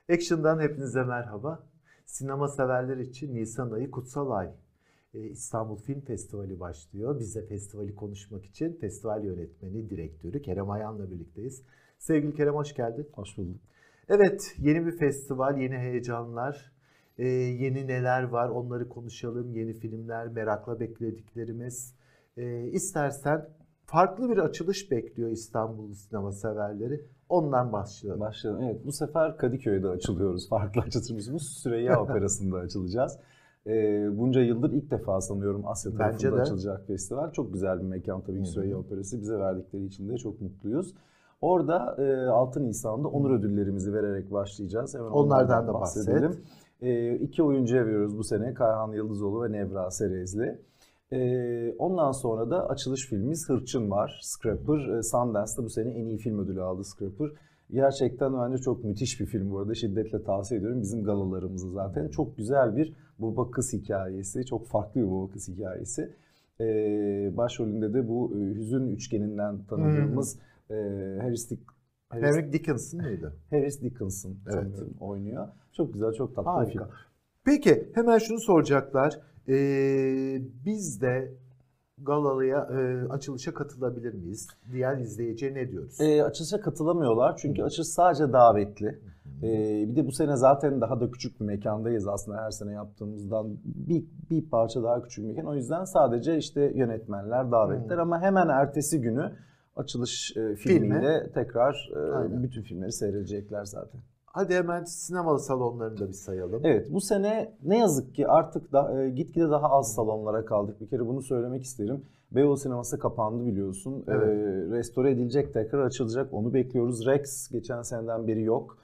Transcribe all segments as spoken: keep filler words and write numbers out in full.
Action'dan hepinize merhaba. Sinema severler için Nisan ayı kutsal ay. Ee, İstanbul Film Festivali başlıyor. Biz de festivali konuşmak için festival yönetmeni, direktörü Kerem Ayan'la birlikteyiz. Sevgili Kerem, hoş geldin. Hoş bulduk. Evet, yeni bir festival, yeni heyecanlar, ee, yeni neler var onları konuşalım. Yeni filmler, merakla beklediklerimiz. Ee, istersen farklı bir açılış bekliyor İstanbul sinema severleri. Ondan başlayalım. Başlayalım. Evet, bu sefer Kadıköy'de açılıyoruz. Farklı açılışımız Süreyya Operası'nda açılacağız. Ee, bunca yıldır ilk defa sanıyorum Asya tarafında açılacak festival. Çok güzel bir mekan tabii ki Süreyya Operası. Bize verdikleri için de çok mutluyuz. Orada e, altı Nisan'da onur ödüllerimizi vererek başlayacağız. Hemen onlardan, onlardan da bahsedelim. bahsedelim. E, iki oyuncuya veriyoruz bu sene. Kayhan Yıldızoğlu ve Nevra Serezli. Ee, ondan sonra da açılış filmimiz Hırçın var. Scrapper, Sundance'da bu sene en iyi film ödülü aldı Scrapper. Gerçekten bence çok müthiş bir film bu arada. Şiddetle tavsiye ediyorum. Bizim galalarımızı zaten. Çok güzel bir baba kız hikayesi. Çok farklı bir baba kız hikayesi. Ee, başrolünde de bu hüzün üçgeninden tanıdığımız hmm. e, Harris Dick Harris Dickinson mıydı? Harris Dickinson evet. oynuyor. Çok güzel, çok tatlı Harika. bir film. Peki hemen şunu soracaklar. Ee, biz de Galalı'ya e, açılışa katılabilir miyiz? Diğer izleyiciye ne diyoruz? E, açılışa katılamıyorlar çünkü Hı. açılış sadece davetli. E, bir de bu sene zaten daha da küçük bir mekandayız aslında her sene yaptığımızdan bir, bir parça daha küçük bir mekan. O yüzden sadece işte yönetmenler, davetler Hı. ama hemen ertesi günü açılış e, filmiyle Filmi. tekrar e, bütün filmleri seyredecekler zaten. Hadi hemen sinemalı salonlarını da bir sayalım. Evet, bu sene ne yazık ki artık da, e, gitgide daha az salonlara kaldık. Bir kere bunu söylemek isterim. Beyoğlu sineması kapandı biliyorsun. Evet. E, restore edilecek, tekrar açılacak. Onu bekliyoruz. Rex geçen seneden beri yok.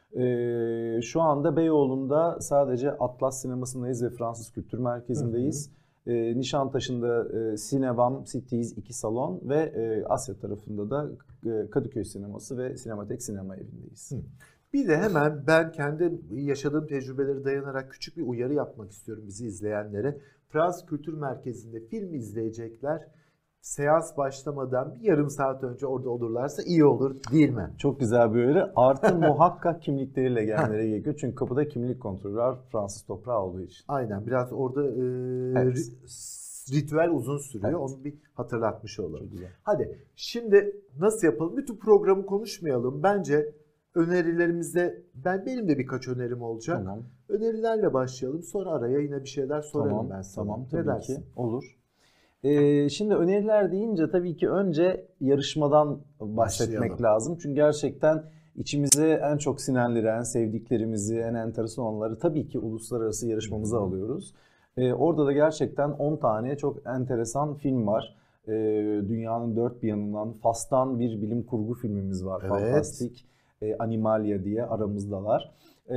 E, şu anda Beyoğlu'nda sadece Atlas sinemasındayız ve Fransız Kültür Merkezi'ndeyiz. Hı hı. E, Nişantaşı'nda e, Cinevam, Cities iki salon ve e, Asya tarafında da e, Kadıköy sineması ve Sinematek Sinema Evi'ndeyiz. Hı. Bir de hemen ben kendi yaşadığım tecrübeleri dayanarak küçük bir uyarı yapmak istiyorum bizi izleyenlere. Fransız Kültür Merkezi'nde film izleyecekler. Seans başlamadan bir yarım saat önce orada olurlarsa iyi olur değil mi? Çok güzel bir uyarı. Artı muhakkak kimlikleriyle gelmeleri gerekiyor. Çünkü kapıda kimlik kontrolü var Fransız toprağı olduğu için. Aynen, biraz orada e, evet. ritüel uzun sürüyor. Evet. Onu bir hatırlatmış olalım. Hadi şimdi nasıl yapalım? Bütün programı konuşmayalım. Bence önerilerimizde ben benim de birkaç önerim olacak. Tamam. Önerilerle başlayalım. Sonra araya yine bir şeyler sorarım tamam, ben sana. Tamam, tabii ne dersin? Ki. Olur. Ee, şimdi öneriler deyince tabii ki önce yarışmadan bahsetmek Başlayalım. lazım. Çünkü gerçekten içimize en çok sinenleri, en sevdiklerimizi, en enteresan olanları tabii ki uluslararası yarışmamıza hmm. alıyoruz. Ee, orada da gerçekten on tane çok enteresan film var. Ee, dünyanın dört bir yanından Fas'tan bir bilim kurgu filmimiz var. Evet. Fantastik. Animalia diye aramızdalar.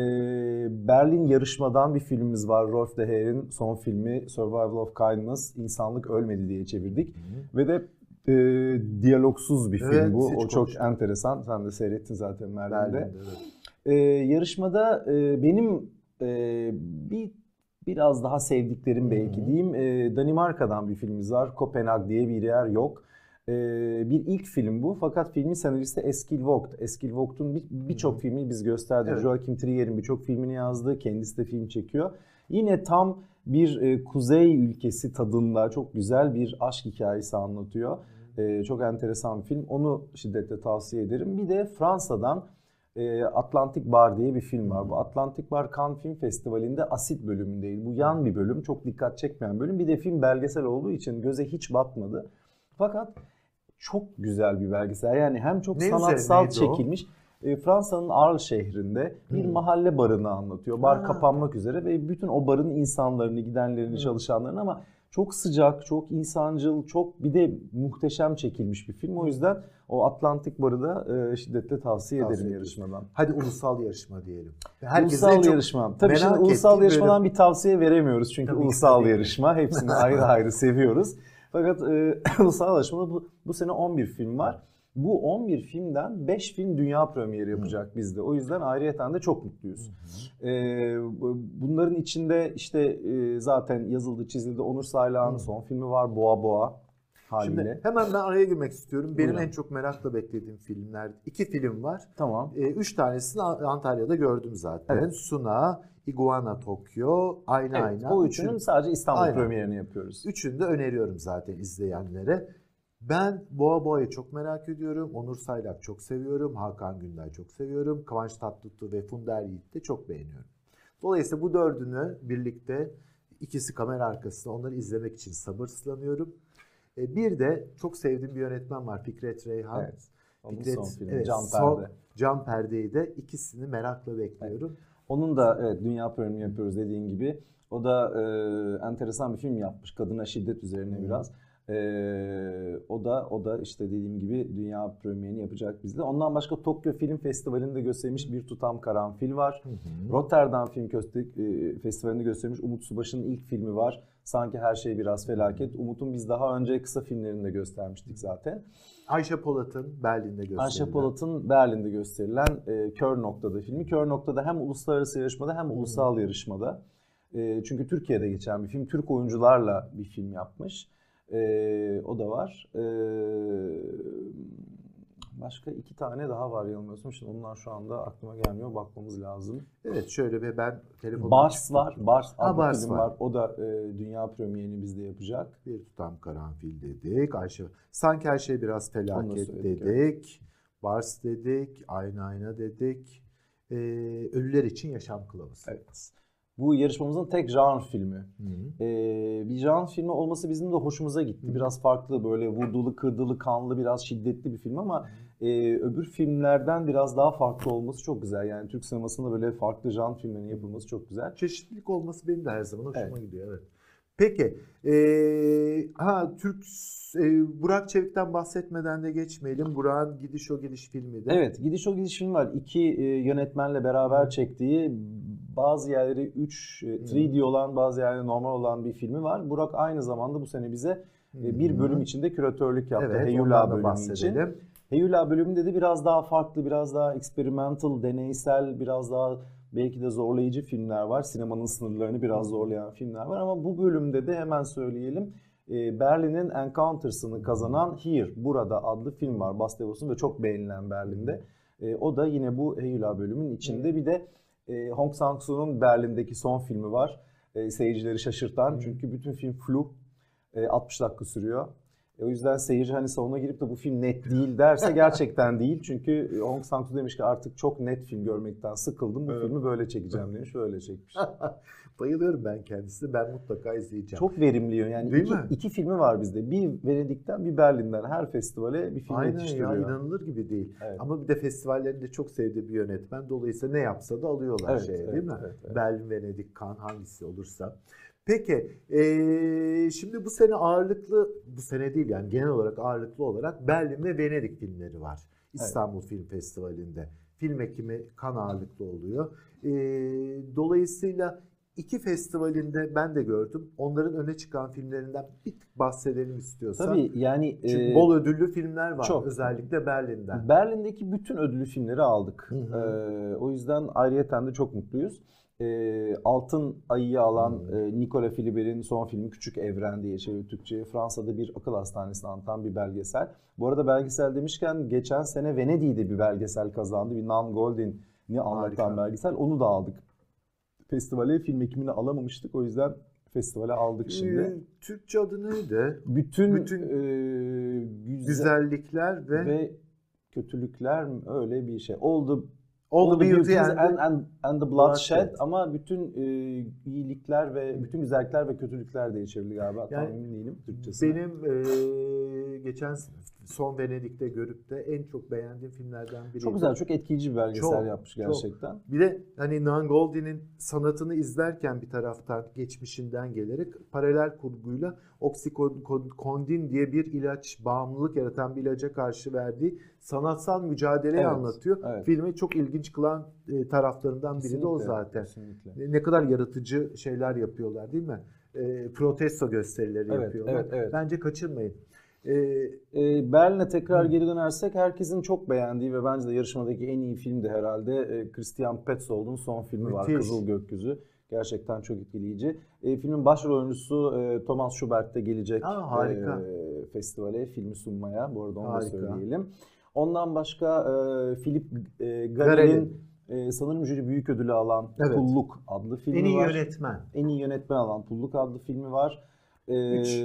Berlin yarışmadan bir filmimiz var. Rolf de Heer'in son filmi Survival of Kindness, İnsanlık Ölmedi diye çevirdik. Hı. Ve de e, diyalogsuz bir evet, film bu. O çok konuştum. enteresan. Sen de seyrettin zaten Berlin'de. Evet. E, yarışmada e, benim e, bir biraz daha sevdiklerim belki Hı. diyeyim. E, Danimarka'dan bir filmimiz var. Kopenhag diye bir yer yok. Bir ilk film bu fakat filmin senaristi Eskil Vogt. Eskil Vogt'un birçok bir filmini biz gösterdik. Evet. Joachim Trier'in birçok filmini yazdı. Kendisi de film çekiyor. Yine tam bir kuzey ülkesi tadında çok güzel bir aşk hikayesi anlatıyor. Hmm. Çok enteresan bir film. Onu şiddetle tavsiye ederim. Bir de Fransa'dan Atlantic Bar diye bir film var. Bu Atlantic Bar Cannes Film Festivali'nde asit bölümü değil. Bu yan bir bölüm. Çok dikkat çekmeyen bölüm. Bir de film belgesel olduğu için göze hiç batmadı. Fakat çok güzel bir belgesel. Yani hem çok ne sanatsal çekilmiş. E, Fransa'nın Arles şehrinde bir hmm. mahalle barını anlatıyor. Bar ha. kapanmak üzere ve bütün o barın insanlarını, gidenlerini, hmm. çalışanlarını ama çok sıcak, çok insancıl, çok bir de muhteşem çekilmiş bir film. O yüzden o Atlantik Bar'ı da e, şiddetle tavsiye, tavsiye ederim yarışmadan. Hadi ulusal yarışma diyelim. Herkese ulusal yarışma. Tabii şimdi ulusal yarışmadan bölüm. bir tavsiye veremiyoruz. Çünkü tabii ulusal tabii. yarışma. Hepsini ayrı ayrı seviyoruz. Fakat e, ulusal yarışmada bu, bu sene on bir film var. Bu on bir filmden beş film dünya premieri yapacak hmm. bizde. O yüzden ayrıyeten de çok mutluyuz. Hmm. Ee, bunların içinde işte e, zaten yazıldı, çizildi. Onur Saylan'ın hmm. son filmi var, Boğa Boğa. haliyle. Şimdi hemen ben araya girmek istiyorum. Benim Buyurun. en çok merakla beklediğim filmler, iki film var. Tamam. E, üç tanesini Antalya'da gördüm zaten. Evet. Suna, Iguana Tokyo, Ayna Evet, Ayna. o üçünün Üçün- sadece İstanbul Aynen. premierini yapıyoruz. Üçünü de öneriyorum zaten izleyenlere. Ben Boğa Boğa'yı çok merak ediyorum. Onur Saylak çok seviyorum. Hakan Günday'ı çok seviyorum. Kıvanç Tatlıtuğ ve Funda Yiğit'i de çok beğeniyorum. Dolayısıyla bu dördünü birlikte, ikisi kamera arkasında, onları izlemek için sabırsızlanıyorum. E, Bir de çok sevdiğim bir yönetmen var, Fikret Reyhan. Evet. Onun Fikret, son filmi evet, Can son- Perde. Can Perde'yi de ikisini merakla bekliyorum. Onun da evet dünya premierini yapıyoruz dediğin gibi. O da e, enteresan bir film yapmış. Kadına şiddet üzerine Hmm. biraz. E, o da o da işte dediğim gibi dünya premierini yapacak bizde. Ondan başka Tokyo Film Festivali'nde göstermiş Bir Tutam Karanfil var. Hı hı. Rotterdam Film Köste- e, Festivali'nde göstermiş Umut Subaşı'nın ilk filmi var. Sanki Her Şey Biraz Felaket. Umut'un biz daha önce kısa filmlerini de göstermiştik zaten. Ayşe Polat'ın Berlin'de gösterilen. Ayşe Polat'ın Berlin'de gösterilen e, Kör Nokta'da filmi. Kör Nokta'da hem uluslararası yarışmada hem ulusal yarışmada. E, çünkü Türkiye'de geçen bir film. Türk oyuncularla bir film yapmış. E, o da var. E, başka iki tane daha var yanılmıyorsam. Şimdi onlar şu anda aklıma gelmiyor. Bakmamız lazım. Evet, şöyle bir ben telefonum Bars var. Bars Ha, adlı Bars film var. var. O da e, dünya premierini bizde yapacak. Bir Tutam Karanfil dedik. Ayşe. Sanki Her Şey Biraz Onu da Felaket söyledik, dedik. Bars dedik. Ayna Ayna dedik. Ee, Ölüler İçin Yaşam Kılavuzu. Evet. Bu yarışmamızın tek genre filmi. Hı. Ee, bir genre filmi olması bizim de hoşumuza gitti. Biraz farklı, böyle vurdulu, kırdılı, kanlı, biraz şiddetli bir film ama e, öbür filmlerden biraz daha farklı olması çok güzel. Yani Türk sinemasında böyle farklı genre filmlerin yapılması çok güzel. Çeşitlilik olması benim de her zaman hoşuma Evet. gidiyor. Evet. Peki. ee, ha Türk e, Burak Çevik'ten bahsetmeden de geçmeyelim. Burak'ın Gidiş O Gidiş filmi de. Evet, Gidiş O Gidiş film var. İki e, yönetmenle beraber çektiği, bazı yerleri üç üç D olan, bazı yerleri normal olan bir filmi var. Burak aynı zamanda bu sene bize e, bir bölüm içinde küratörlük yaptı. Evet, Heyula ondan da bölümü için. bahsedelim. Heyula bölümünde de biraz daha farklı, biraz daha experimental, deneysel, biraz daha belki de zorlayıcı filmler var. Sinemanın sınırlarını biraz zorlayan filmler var ama bu bölümde de hemen söyleyelim. e, Berlin'in Encounters'ını kazanan Here, Burada adlı film var. Bas Devos'un ve çok beğenilen Berlin'de. E, o da yine bu Heyula bölümünün içinde. Bir de e, Hong Sang-soo'nun Berlin'deki son filmi var. E, seyircileri şaşırtan. Çünkü bütün film flu. E, altmış dakika sürüyor. E, o yüzden seyirci hani salona girip de bu film net değil derse gerçekten değil. Çünkü Hong Sang-soo demiş ki artık çok net film görmekten sıkıldım. Bu Evet. filmi böyle çekeceğim demiş. Öyle çekmiş. Bayılıyorum ben kendisine. Ben mutlaka izleyeceğim. Çok verimli yani. Değil iki, mi? iki filmi var bizde. Bir Venedik'ten bir Berlin'den. Her festivale bir film Aynen yetiştiriyor. ya, inanılır gibi değil. Evet. Ama bir de festivallerin de çok sevdiği bir yönetmen. Dolayısıyla ne yapsa da alıyorlar Evet, şeye, evet, değil mi? evet, evet. Berlin, Venedik, Cannes hangisi olursa. Peki eee, şimdi bu sene ağırlıklı, bu sene değil yani genel olarak ağırlıklı olarak Berlin ve Venedik filmleri var. İstanbul Film Festivali'nde. Film ekimi Cannes ağırlıklı oluyor. Eee, dolayısıyla iki festivalinde ben de gördüm. Onların öne çıkan filmlerinden bir tık bahsedelim istiyorsan. Tabii yani Çünkü e, bol ödüllü filmler var çok. özellikle Berlin'den. Berlin'deki bütün ödüllü filmleri aldık. Hı hı. Ee, o yüzden ayrıyeten de çok mutluyuz. Ee, Altın Ayı'yı alan e, Nicolas Philibet'in son filmi Küçük Evren diye çeviri Türkçe'ye. Fransa'da bir akıl hastanesini anlatan bir belgesel. Bu arada belgesel demişken geçen sene Venedik'te bir belgesel kazandı. Bir Nan Goldin'i anlatan Harika. belgesel. Onu da aldık. Festivale film ekimini alamamıştık. O yüzden festivale aldık şimdi. Ee, Türkçe adı neydi? Bütün, bütün e, güzel Güzellikler ve, ve kötülükler mi? Öyle bir şey. All the All the Beauty Beauties and, and, and, and the Bloodshed Bloodshed. ama bütün e, iyilikler ve bütün güzellikler ve kötülükler diye çevrildi galiba. Yani Tam emin değilim Türkçesine. benim e, geçen son Venedik'te görüp de en çok beğendiğim filmlerden biriydi. Çok güzel, çok etkileyici bir belgesel Çok, yapmış çok. gerçekten. Bir de hani Nan Goldin'in sanatını izlerken bir taraftan geçmişinden gelerek paralel kurguyla oksikondin diye bir ilaç, bağımlılık yaratan bir ilaca karşı verdiği sanatsal mücadeleyi Evet, anlatıyor. evet. Filmi çok ilginç kılan e, taraflarından biri de o Kesinlikle, zaten. kesinlikle. Ne ne kadar yaratıcı şeyler yapıyorlar değil mi? E, protesto gösterileri Evet, yapıyorlar. evet, evet. Bence kaçırmayın. E, E, Berlin'e tekrar geri dönersek herkesin çok beğendiği ve bence de yarışmadaki en iyi film de herhalde e, Christian Petzold'un son filmi var Müthiş. Kızıl Gökyüzü. Gerçekten çok etkileyici. E, filmin başrol oyuncusu e, Thomas Schubert de gelecek Aa, harika. E, festivale filmi sunmaya. Bu arada onu Harika. da söyleyelim. Ondan başka e, Philip e, Garel'in Garel'in e, sanırım jüri büyük ödülü alan Evet. Pulluk adlı filmi en iyi var. yönetmen. En iyi yönetmen alan Pulluk adlı filmi var. E, Üç.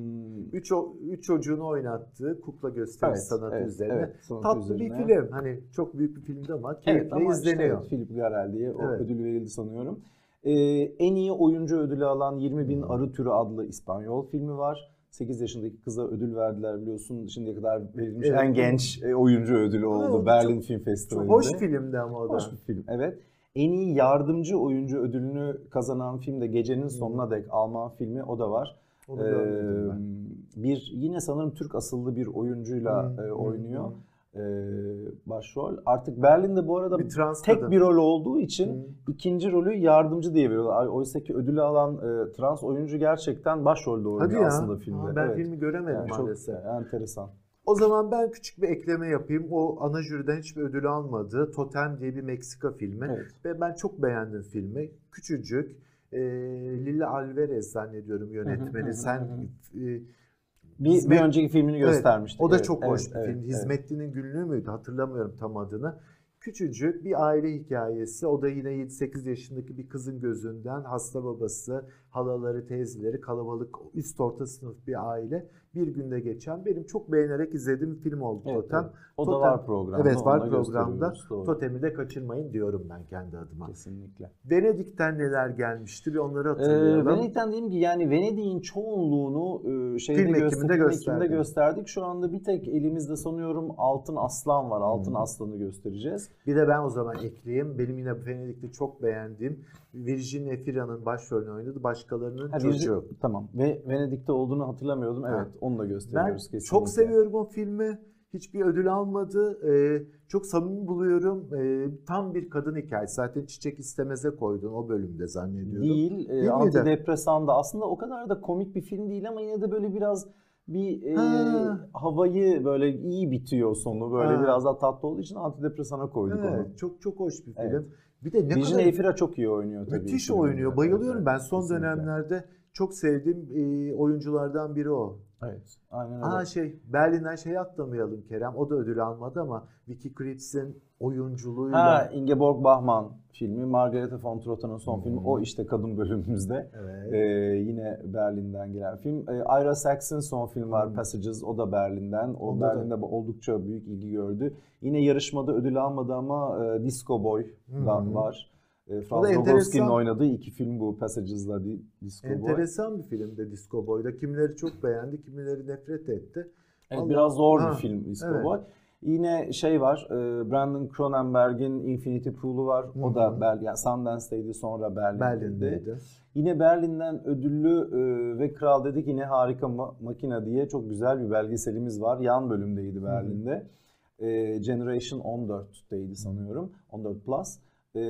Üç, o- üç çocuğunu oynattığı kukla gösteri Evet, sanatı evet, üzerine. evet, sanatı Tatlı üzerine. bir film. Hani çok büyük bir film değil ama keyifle Evet ama işte izleniyor. evet, Philip Garel diye o Evet. ödül verildi sanıyorum. Ee, en iyi oyuncu ödülü alan yirmi bin Arı Türü adlı İspanyol filmi var. sekiz yaşındaki kıza ödül verdiler biliyorsun. Şimdiye kadar verilmiş Evet. en genç e, oyuncu ödülü oldu Evet, Berlin çok- Film Çok Festivali'nde. hoş filmdi ama o da. Hoş bir film, evet. En iyi yardımcı oyuncu ödülünü kazanan film de Gecenin Sonuna Dek Alman filmi, o da var. Onu görmedim ben. Ee, bir yine sanırım Türk asıllı bir oyuncuyla Hmm, e, hmm, oynuyor. hmm. Ee, başrol. Artık Berlin'de bu arada Bir trans tek kadın. bir rol olduğu için Hmm. ikinci rolü yardımcı diye veriyorlar. Oysa ki ödülü alan e, trans oyuncu gerçekten başrolde oynuyor Hadi ya. aslında filmde. Aa, ben Evet. filmi göremedim Yani çok maalesef. e, enteresan. O zaman ben küçük bir ekleme yapayım. O ana jüriden hiçbir ödül almadı. Totem diye bir Meksika filmi. Evet. Ve ben çok beğendim filmi. Küçücük. E, Lila Alvarez zannediyorum yönetmeni. Hı hı hı Sen hı. e, Bir, Hizmet- bir önceki filmini Evet, göstermiştik. o da Evet, çok evet, hoş bir evet, film. evet. Hizmetli'nin Günlüğü müydü? Hatırlamıyorum tam adını. Küçücük bir aile hikayesi. O da yine yedi sekiz yaşındaki bir kızın gözünden, hasta babası, halaları, teyzeleri, kalabalık üst orta sınıf bir aile. Bir günde geçen, benim çok beğenerek izlediğim bir film oldu Evet, Totem. evet. O Totem- da var programda. Evet, var onu da programda. gösteriyoruz, doğru. Totem'i de kaçırmayın diyorum ben kendi adıma. Kesinlikle. Venedik'ten neler gelmişti bir onları Ee, hatırlayalım. Venedik'ten diyeyim ki yani Venedik'in çoğunluğunu e, şeyde Film ekiminde göster- film ekiminde gösterdik. gösterdik. Şu anda bir tek elimizde sanıyorum Altın Aslan var. Altın Aslan'ı göstereceğiz. Bir de ben o zaman ekleyeyim. Benim yine Venedik'te çok beğendiğim Virginia Efira'nın başrolünü oynadı. Başkalarının Ha, çocuğu. Virgin- tamam. Ve Venedik'te olduğunu hatırlamıyordum. Evet, onu da Ben gösteriyoruz kesinlikle. çok seviyorum o filmi. Hiçbir ödül almadı. Ee, çok samimi buluyorum. Ee, tam bir kadın hikayesi. Zaten Çiçek İstemez'e koydun o bölümde zannediyorum. Değil. E, miydi? antidepresan da aslında o kadar da komik bir film değil ama yine de böyle biraz bir e, Ha. havayı böyle iyi bitiyor sonu. Böyle Ha. biraz daha tatlı olduğu için antidepresana koyduk onu. Evet, çok çok hoş bir film. Evet. Bir de ne Virginia kadar Efira çok iyi oynuyor tabii. müthiş filmde. oynuyor. Bayılıyorum Evet, ben. evet, Son kesinlikle. dönemlerde çok sevdiğim e, oyunculardan biri o. Evet, aynen öyle. Aa şey, Berlin'den şey atlamayalım Kerem. O da ödül almadı ama Vicky Kripps'in oyunculuğuyla. Ha, Ingeborg Bachmann filmi, Margarete von Trotta'nın son filmi. O işte kadın bölümümüzde. Evet. Ee, yine Berlin'den gelen film. Ee, Ira Sachs'ın son film var, Hmm. Passages. O da Berlin'den. O Onda da. Berlin'de oldukça büyük ilgi gördü. Yine yarışmada ödül almadı ama e, Disco Boy da Hmm. var. E, O da Franz enteresan. Rogowski'nin oynadığı iki film bu, Passages'la Di- Disco Boy. Enteresan bir filmde Disco Boy'da. Kimileri çok beğendi, kimileri nefret etti. Evet, Allah- biraz zor Ha, bir film Disco evet. Boy. Yine şey var, e, Brandon Cronenberg'in Infinity Pool'u var. O Hı da hı. Berlin, yani Sundance'deydi, sonra Berlin'deydi. Berlin'deydi. Yine Berlin'den ödüllü e, ve Kral Dedik yine Harika Ma- Makina diye çok güzel bir belgeselimiz var. Yan bölümdeydi Berlin'de. E, Generation on dörtteydi sanıyorum. on dört Plus. E,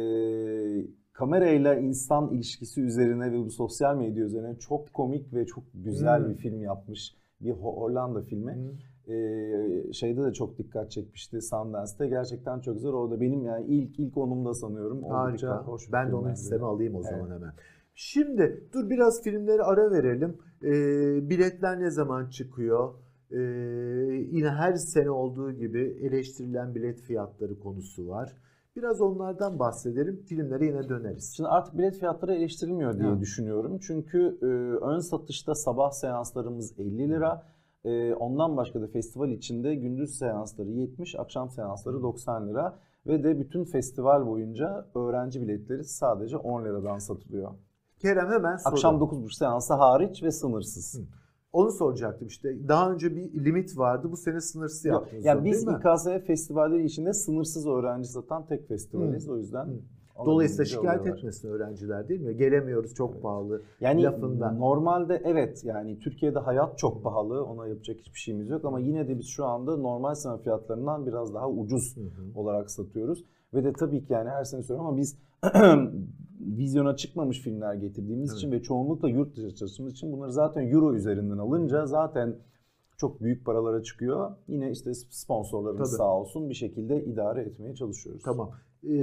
kamerayla insan ilişkisi üzerine ve bu sosyal medya üzerine çok komik ve çok güzel Hmm. bir film yapmış. Bir Ho- Hollanda filmi. Hı. Ee, şeyde de çok dikkat çekmişti, Sundance'te. Gerçekten çok güzel. O da benim yani ilk ilk onumda sanıyorum. Oldukça Harika. hoş bir Ben de film onu bence. listeme alayım o Evet. zaman hemen. Şimdi dur biraz filmleri ara verelim. Ee, biletler ne zaman çıkıyor? Ee, yine her sene olduğu gibi eleştirilen bilet fiyatları konusu var. Biraz onlardan bahsedelim. Filmlere yine döneriz. Şimdi artık bilet fiyatları eleştirilmiyor diye Ha. düşünüyorum. Çünkü e, ön satışta sabah seanslarımız elli lira. E, ondan başka da festival içinde gündüz seansları yetmiş, akşam seansları doksan lira. Ve de bütün festival boyunca öğrenci biletleri sadece on liradan satılıyor. Kerem hemen soru. Akşam dokuz buçuk seansı hariç ve sınırsız. Hı. Onu soracaktım işte. Daha önce bir limit vardı. Bu sene sınırsız Yok, yaptınız. yani onu, biz değil mi? İ K S V festivalleri içinde sınırsız öğrenci satan tek festivaliz. Hı. O yüzden Hı. alabildiğince Dolayısıyla şikayet alıyorlar. etmesin öğrenciler değil mi? Gelemiyoruz çok pahalı. Yani lafında. normalde evet, yani Türkiye'de hayat çok pahalı, ona yapacak hiçbir şeyimiz yok ama yine de biz şu anda normal sinema fiyatlarından biraz daha ucuz Hı hı. olarak satıyoruz. Ve de tabii ki yani her sene söylüyorum ama biz vizyona çıkmamış filmler getirdiğimiz Evet. için ve çoğunlukla yurt dışı çalıştığımız için bunları zaten euro üzerinden alınca zaten çok büyük paralara çıkıyor. Yine işte sponsorlarımız Tabii. sağ olsun bir şekilde idare etmeye çalışıyoruz. Tamam. e,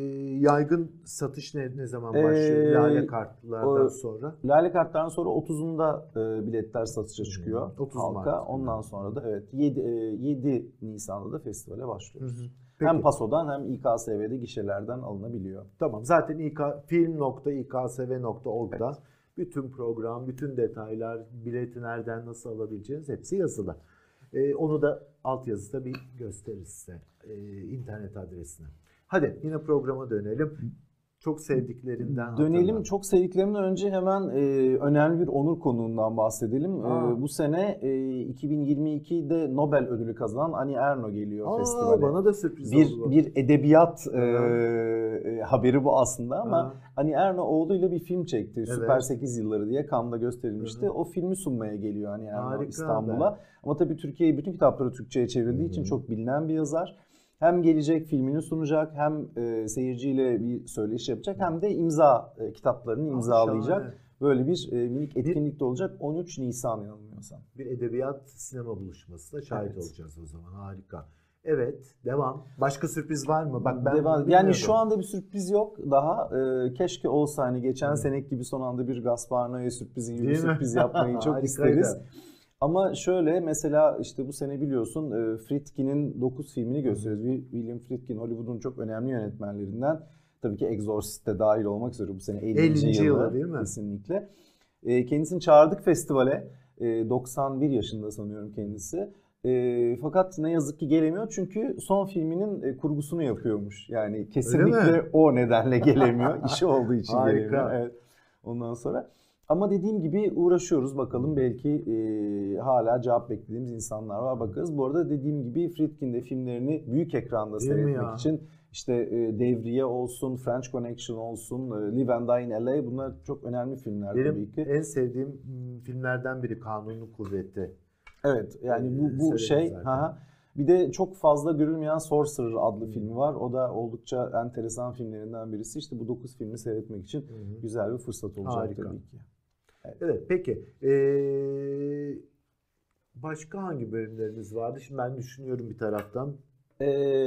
yaygın satış ne, ne zaman başlıyor? Ee, Lale kartlardan o, sonra. Lale kartlardan sonra otuzunda e, biletler satışa çıkıyor otuz halka. Mart. Ondan sonra da evet yedi, e, yedi Nisan'da da festivale başlıyoruz. Hı hı. Peki. Hem Paso'dan hem İ K S V'de gişelerden alınabiliyor. Tamam. Zaten İK, film nokta i k s v nokta org'da evet. Bütün program, bütün detaylar, bileti nereden nasıl alabileceğiniz hepsi yazılı. Ee, onu da altyazıda bir gösteririz size. Ee, internet adresine. Hadi yine programa dönelim. Çok sevdiklerinden Dönelim. Hatırlam. Çok sevdiklerimden önce hemen e, önemli bir onur konuğundan bahsedelim. E, bu sene e, iki bin yirmi ikide Nobel ödülü kazanan Ani Erno geliyor Aa, festivale. Bana da sürpriz bir, oldu. Bir edebiyat e, e, haberi bu aslında ama Aha. Ani Erno oğluyla bir film çekti. Evet. Süper sekiz Yılları diye Cannes'da gösterilmişti. Hı-hı. O filmi sunmaya geliyor Ani Erno Harika İstanbul'a. Ben. Ama tabii Türkiye'ye bütün kitapları Türkçe'ye çevrildiği Hı-hı. için çok bilinen bir yazar. Hem gelecek filmini sunacak, hem e, seyirciyle bir söyleşi yapacak, hem de imza e, kitaplarını imzalayacak. Şahane. Böyle bir e, minik etkinlik de olacak. on üç Nisan yanılmıyorsam. Bir edebiyat sinema buluşmasına şahit evet. olacağız o zaman. Harika. Evet, devam. Başka sürpriz var mı? Bak ben devam. Yani şu anda bir sürpriz yok daha. E, keşke olsa hani geçen hmm. seneki gibi son anda bir Gaspar Noé sürprizi gibi bir sürpriz yapmayı çok isteriz. Ama şöyle mesela işte bu sene biliyorsun Friedkin'in dokuz filmini gösteriyoruz. William Friedkin Hollywood'un çok önemli yönetmenlerinden. Tabii ki Exorcist de dahil olmak üzere bu sene ellinci yılı değil mi? Kesinlikle. Kendisini çağırdık festivale. doksan bir yaşında sanıyorum kendisi. Fakat ne yazık ki gelemiyor çünkü son filminin kurgusunu yapıyormuş. Yani kesinlikle o nedenle gelemiyor. İşi olduğu için gelemiyor. Evet. Ondan sonra ama dediğim gibi uğraşıyoruz bakalım belki e, hala cevap beklediğimiz insanlar var bakarız. Bu arada dediğim gibi Friedkin de filmlerini büyük ekranda Değil seyretmek için işte e, Devriye olsun, French Connection olsun, e, Live and Die in L A bunlar çok önemli filmler Benim tabii ki. Benim en sevdiğim filmlerden biri Kanunlu Kuvveti. Evet yani bu, bu şey ha bir de çok fazla görülmeyen Sorcerer adlı hmm. filmi var. O da oldukça enteresan filmlerinden birisi. İşte bu dokuz filmi seyretmek için hmm. güzel bir fırsat olacak Harika. Tabii ki. Evet, evet peki. Ee, başka hangi bölümlerimiz vardı? Şimdi ben düşünüyorum bir taraftan. Ee,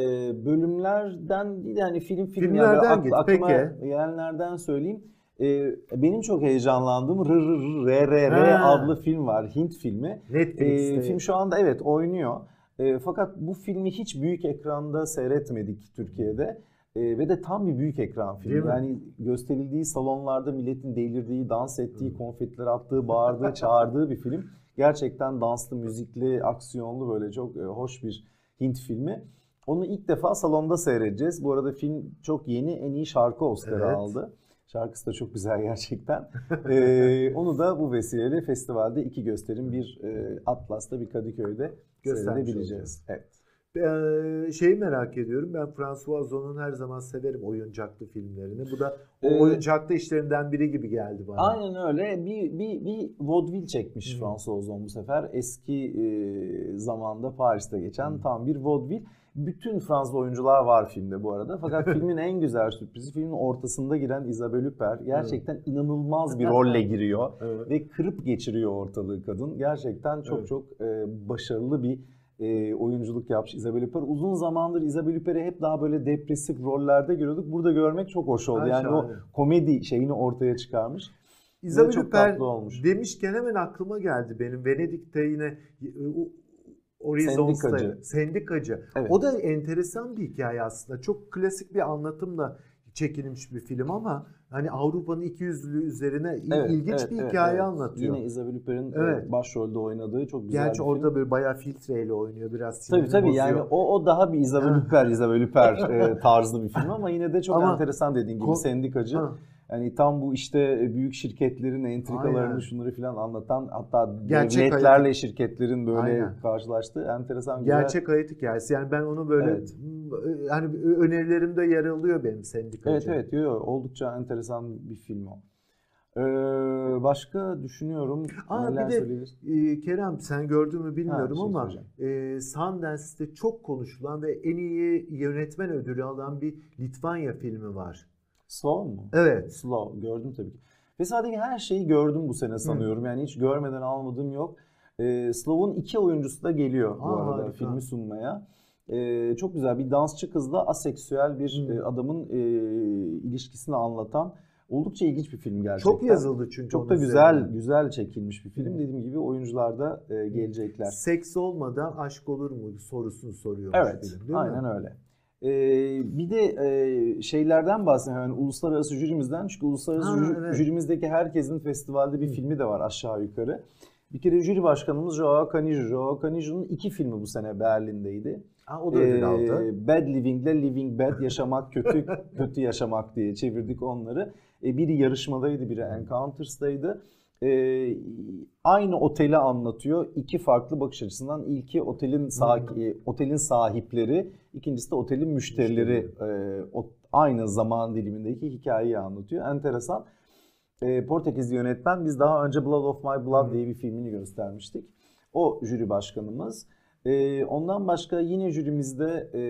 bölümlerden değil yani film film filmlerden yani git. Aklıma peki. gelenlerden söyleyeyim. Ee, benim çok heyecanlandığım R R R R adlı film var. Hint filmi. Netflix'te. Ee, film şu anda evet oynuyor. E, fakat bu filmi hiç büyük ekranda seyretmedik Türkiye'de e, ve de tam bir büyük ekran filmi. Yani gösterildiği salonlarda milletin delirdiği, dans ettiği, konfetiler attığı, bağırdığı, çağırdığı bir film. Gerçekten danslı, müzikli, aksiyonlu böyle çok e, hoş bir Hint filmi. Onu ilk defa salonda seyredeceğiz. Bu arada film çok yeni, en iyi şarkı Oscar'ı evet. aldı. Şarkısı da çok güzel gerçekten. ee, onu da bu vesileyle festivalde iki gösterim, bir e, Atlas'ta bir Kadıköy'de seyredebileceğiz. Evet. Ee, şeyi merak ediyorum. Ben François Ozon'un her zaman severim oyuncaklı filmlerini. Bu da o ee, oyuncaklı işlerinden biri gibi geldi bana. Aynen öyle. Bir bir bir vaudeville çekmiş hmm. François Ozon bu sefer. Eski e, zamanda Paris'te geçen hmm. tam bir vaudeville. Bütün Fransız oyuncular var filmde bu arada. Fakat filmin en güzel sürprizi filmin ortasında giren Isabelle Huppert. Gerçekten evet. inanılmaz bir rolle giriyor. Evet. Ve kırıp geçiriyor ortalığı kadın. Gerçekten çok evet. çok e, başarılı bir e, oyunculuk yapmış Isabelle Huppert. Uzun zamandır Isabelle Huppert'i hep daha böyle depresif rollerde görüyorduk. Burada görmek çok hoş oldu. Ay, yani şahane. O komedi şeyini ortaya çıkarmış. Isabelle Huppert demişken hemen aklıma geldi benim. Venedik'te yine Horizons'ta Sendikacı. Sendikacı. Evet. O da enteresan bir hikaye aslında. Çok klasik bir anlatımla çekilmiş bir film ama hani Avrupa'nın ikiyüzlülüğü üzerine evet, ilginç evet, bir evet, hikaye evet. anlatıyor. Yine Isabelle Huppert'in evet. başrolde oynadığı çok güzel Gerçi bir orada film. böyle bayağı filtreyle oynuyor. Biraz tabii tabii bozuyor. Yani o, o daha bir Isabelle Huppert, Isabelle Huppert e, tarzı bir film ama yine de çok ama, enteresan dediğin gibi Sendikacı. Ha. Yani tam bu işte büyük şirketlerin entrikalarını Aynen. şunları filan anlatan hatta Gerçek devletlerle hayat. Şirketlerin böyle Aynen. karşılaştığı enteresan güzel. Gerçek hayat hikayesi. Yani ben onu böyle evet. hani önerilerimde yer alıyor benim Sendikacı. Evet evet yo, yo, oldukça enteresan bir film o. Ee, başka düşünüyorum. Aa, bir de e, Kerem sen gördün mü bilmiyorum ha, şey ama e, Sundance'te çok konuşulan ve en iyi yönetmen ödülü alan bir Litvanya filmi var. Slow mu? Evet. Slow. Gördüm tabii ki. Festivaldeki her şeyi gördüm bu sene sanıyorum. Hı. Yani hiç görmeden almadığım yok. Ee, Slow'un iki oyuncusu da geliyor bu Aa, arada harika. filmi sunmaya. Ee, çok güzel bir dansçı kızla aseksüel bir Hmm. e, adamın e, ilişkisini anlatan oldukça ilginç bir film gerçekten. Çok yazıldı çünkü. Çok onun da güzel üzerine. güzel çekilmiş bir film. Hmm. Dediğim gibi oyuncular da e, gelecekler. Seks olmadan aşk olur mu sorusunu soruyormuş Evet, film, değil aynen mi? öyle. Ee, bir de e, şeylerden bahsedeyim hemen uluslararası jürimizden. Çünkü uluslararası Ha, jüri- evet. jürimizdeki herkesin festivalde bir filmi de var aşağı yukarı. Bir kere jüri başkanımız Joao Canijo. Joao Canijo'nun iki filmi bu sene Berlin'deydi. Ha, o da ödül aldı. Ee, Bad Living ile Living Bad, yaşamak kötü, kötü yaşamak diye çevirdik onları. Ee, biri yarışmadaydı, biri Encounters'daydı. Ee, aynı oteli anlatıyor. İki farklı bakış açısından. İlki otelin sahibi, otelin sahipleri, ikincisi de otelin müşterileri. Ee, o, aynı zaman dilimindeki hikayeyi anlatıyor. Enteresan. Ee, Portekizli yönetmen, biz daha önce Blood of My Blood diye bir filmini göstermiştik. O jüri başkanımız. Ee, ondan başka yine jürimizde e,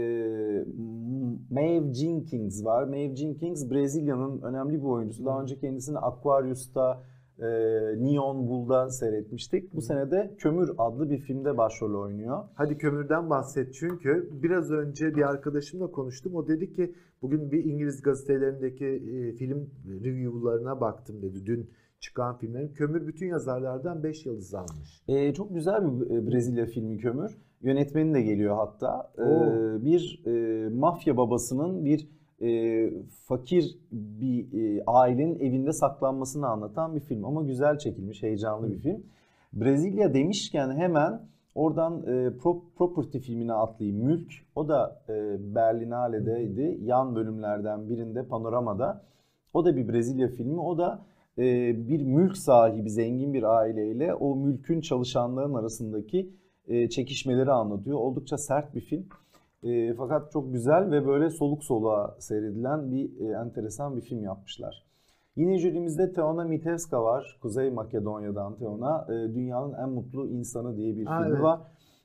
Maeve Jenkins var. Maeve Jenkins Brezilya'nın önemli bir oyuncusu. Daha önce kendisini Aquarius'ta, e, Neon Bull'da seyretmiştik. Bu sene de Kömür adlı bir filmde başrol oynuyor. Hadi Kömür'den bahset, çünkü biraz önce bir arkadaşımla konuştum. O dedi ki bugün bir İngiliz gazetelerindeki e, film review'larına baktım dedi. Dün çıkan filmlerin. Kömür bütün yazarlardan beş yıldız almış. Ee, çok güzel bir Brezilya filmi Kömür. Yönetmeni de geliyor hatta. Ee, bir e, mafya babasının bir e, fakir bir e, ailenin evinde saklanmasını anlatan bir film. Ama güzel çekilmiş, heyecanlı bir film. Brezilya demişken hemen oradan e, Pro- Property filmine atlayayım. Mülk. O da e, Berlinale'deydi. Yan bölümlerden birinde, Panorama'da. O da bir Brezilya filmi. O da e, bir mülk sahibi, zengin bir aileyle o mülkün çalışanların arasındaki e, çekişmeleri anlatıyor. Oldukça sert bir film. E, fakat çok güzel ve böyle soluk soluğa seyredilen bir e, enteresan bir film yapmışlar. Yine jürimizde Teona Mitevska var. Kuzey Makedonya'dan Teona. E, Dünyanın en mutlu insanı diye bir Ha, filmi evet. var.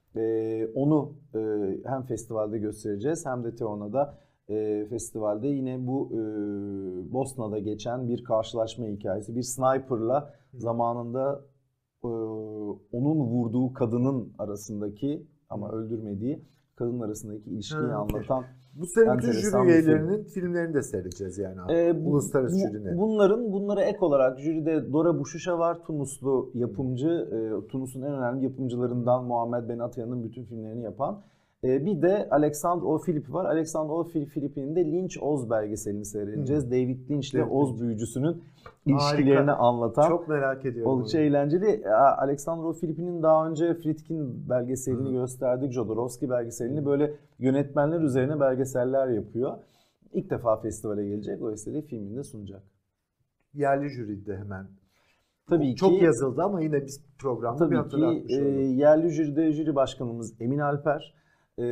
E, onu e, hem festivalde göstereceğiz hem de Teona'da e, festivalde. Yine bu e, Bosna'da geçen bir karşılaşma hikayesi. Bir sniper'la zamanında e, onun vurduğu kadının arasındaki ama öldürmediği kadın arasındaki ilişkiyi Ha, okey. anlatan Bu sene bütün enteresan jüri bir film. üyelerinin filmlerini de seyredeceğiz yani. Ee, bu- Uluslararası bu- jürine. Bunların bunlara ek olarak jüride Dora Bushusha var, Tunuslu yapımcı. E, Tunus'un en önemli yapımcılarından Muhammed Ben Atiyah'ın bütün filmlerini yapan. E, bir de Alexandre O. Philippi var. Alexandre O. Philippi'nin de Lynch Oz belgeselini seyredeceğiz. Hmm. David Lynch ile David Oz Lynch. büyücüsünün ilişkilerini Harika. anlatan. Çok merak ediyorum. Oldukça onu. eğlenceli. Alexandre O. Philippi'nin daha önce Friedkin belgeselini Hı. gösterdik. Jodorowsky belgeselini, böyle yönetmenler üzerine belgeseller yapıyor. İlk defa festivale gelecek. O eseri filmini de sunacak. Yerli jüride hemen. Tabii Çok ki yazıldı ama yine biz programda bir tabii ki hatırlatmış e, olduk. yerli jüride jüri başkanımız Emin Alper. E,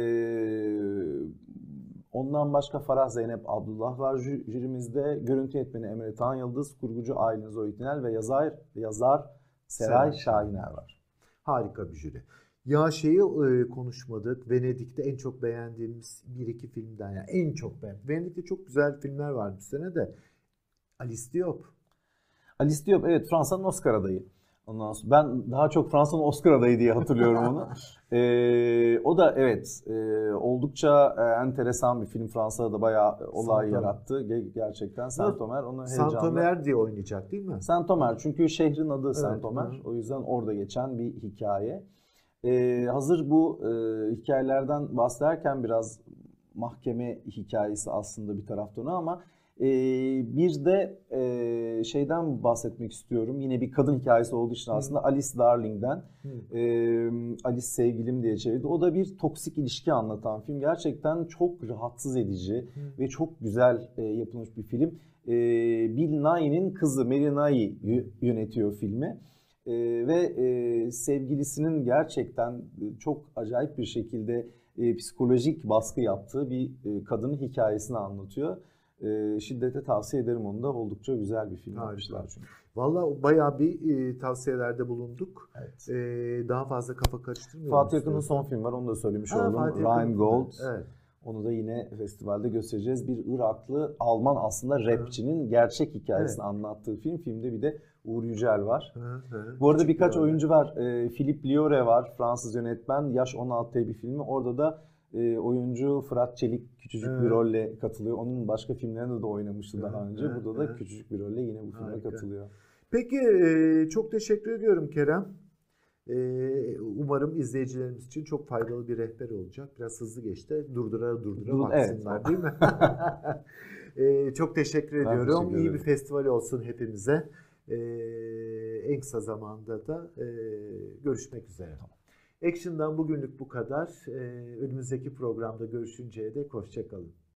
ondan başka Farah Zeynep Abdullah var jü- jürimizde. Görüntü yönetmeni Emre Tan Yıldız, kurgucu Aylin Zoytinel ve yazar yazar Seray Seray Şahiner var. Harika bir jüri. Ya şeyi e, konuşmadık. Venedik'te en çok beğendiğimiz bir iki filmden, yani en çok beğendim. Venedik'te çok güzel filmler var bu sene de. Alice Diop. Alice Diop, evet, Fransa'nın Oscar adayı. Ondan sonra ben daha çok Fransa'nın Oscar adayı diye hatırlıyorum onu. Ee, o da evet e, oldukça e, enteresan bir film. Fransa'da da bayağı olay Saint-Omer. yarattı. Ge- gerçekten Saint-Omer onu heyecanla. Saint-Omer diye oynayacak değil mi? Saint-Omer, çünkü şehrin adı Evet, Saint-Omer. hı. O yüzden orada geçen bir hikaye. Ee, hazır bu e, hikayelerden bahsederken biraz mahkeme hikayesi aslında bir taraftan o, ama e, bir de e, şeyden bahsetmek istiyorum. Yine bir kadın hikayesi olduğu için aslında Alice Darling'den. Hı. E, Alice Sevgilim diye çevirdi. O da bir toksik ilişki anlatan film. Gerçekten çok rahatsız edici Hı. ve çok güzel e, yapılmış bir film. E, Bill Nighy'nin kızı Mary Nighy y- yönetiyor filmi. Ee, ve e, sevgilisinin gerçekten e, çok acayip bir şekilde e, psikolojik baskı yaptığı bir e, kadının hikayesini anlatıyor. E, şiddete tavsiye ederim onu da. Oldukça güzel bir film Harika. yapmışlar çünkü. Vallahi bayağı bir e, tavsiyelerde bulunduk. Evet. E, daha fazla kafa karıştırmayalım. Fatih Akın'ın istiyorsan. son filmi var, onu da söylemiş Ha, oldum. Fatih Ryan Akın. Gold. Evet. Onu da yine festivalde göstereceğiz. Bir Iraklı Alman aslında rapçinin gerçek hikayesini evet. anlattığı film. Filmde bir de Uğur Yücel var. Hı hı. Bu arada Küçük birkaç bir oyuncu var. E, Philippe Liore var, Fransız yönetmen. Yaş on altı diye bir filmi. Orada da e, oyuncu Fırat Çelik küçücük evet. bir rolle katılıyor. Onun başka filmlerinde de oynamıştı evet. daha önce. Evet. Burada da evet. küçücük bir rolle yine bu filme Harika. katılıyor. Peki çok teşekkür ediyorum Kerem. Umarım izleyicilerimiz için çok faydalı bir rehber olacak. Biraz hızlı geçti. Durdura durdura baksınlar evet. değil mi? Çok teşekkür ben ediyorum. Teşekkür İyi bir festival olsun hepimize. En kısa zamanda da görüşmek üzere. Tamam. Action'dan bugünlük bu kadar. Önümüzdeki programda görüşünceye dek hoşça kalın.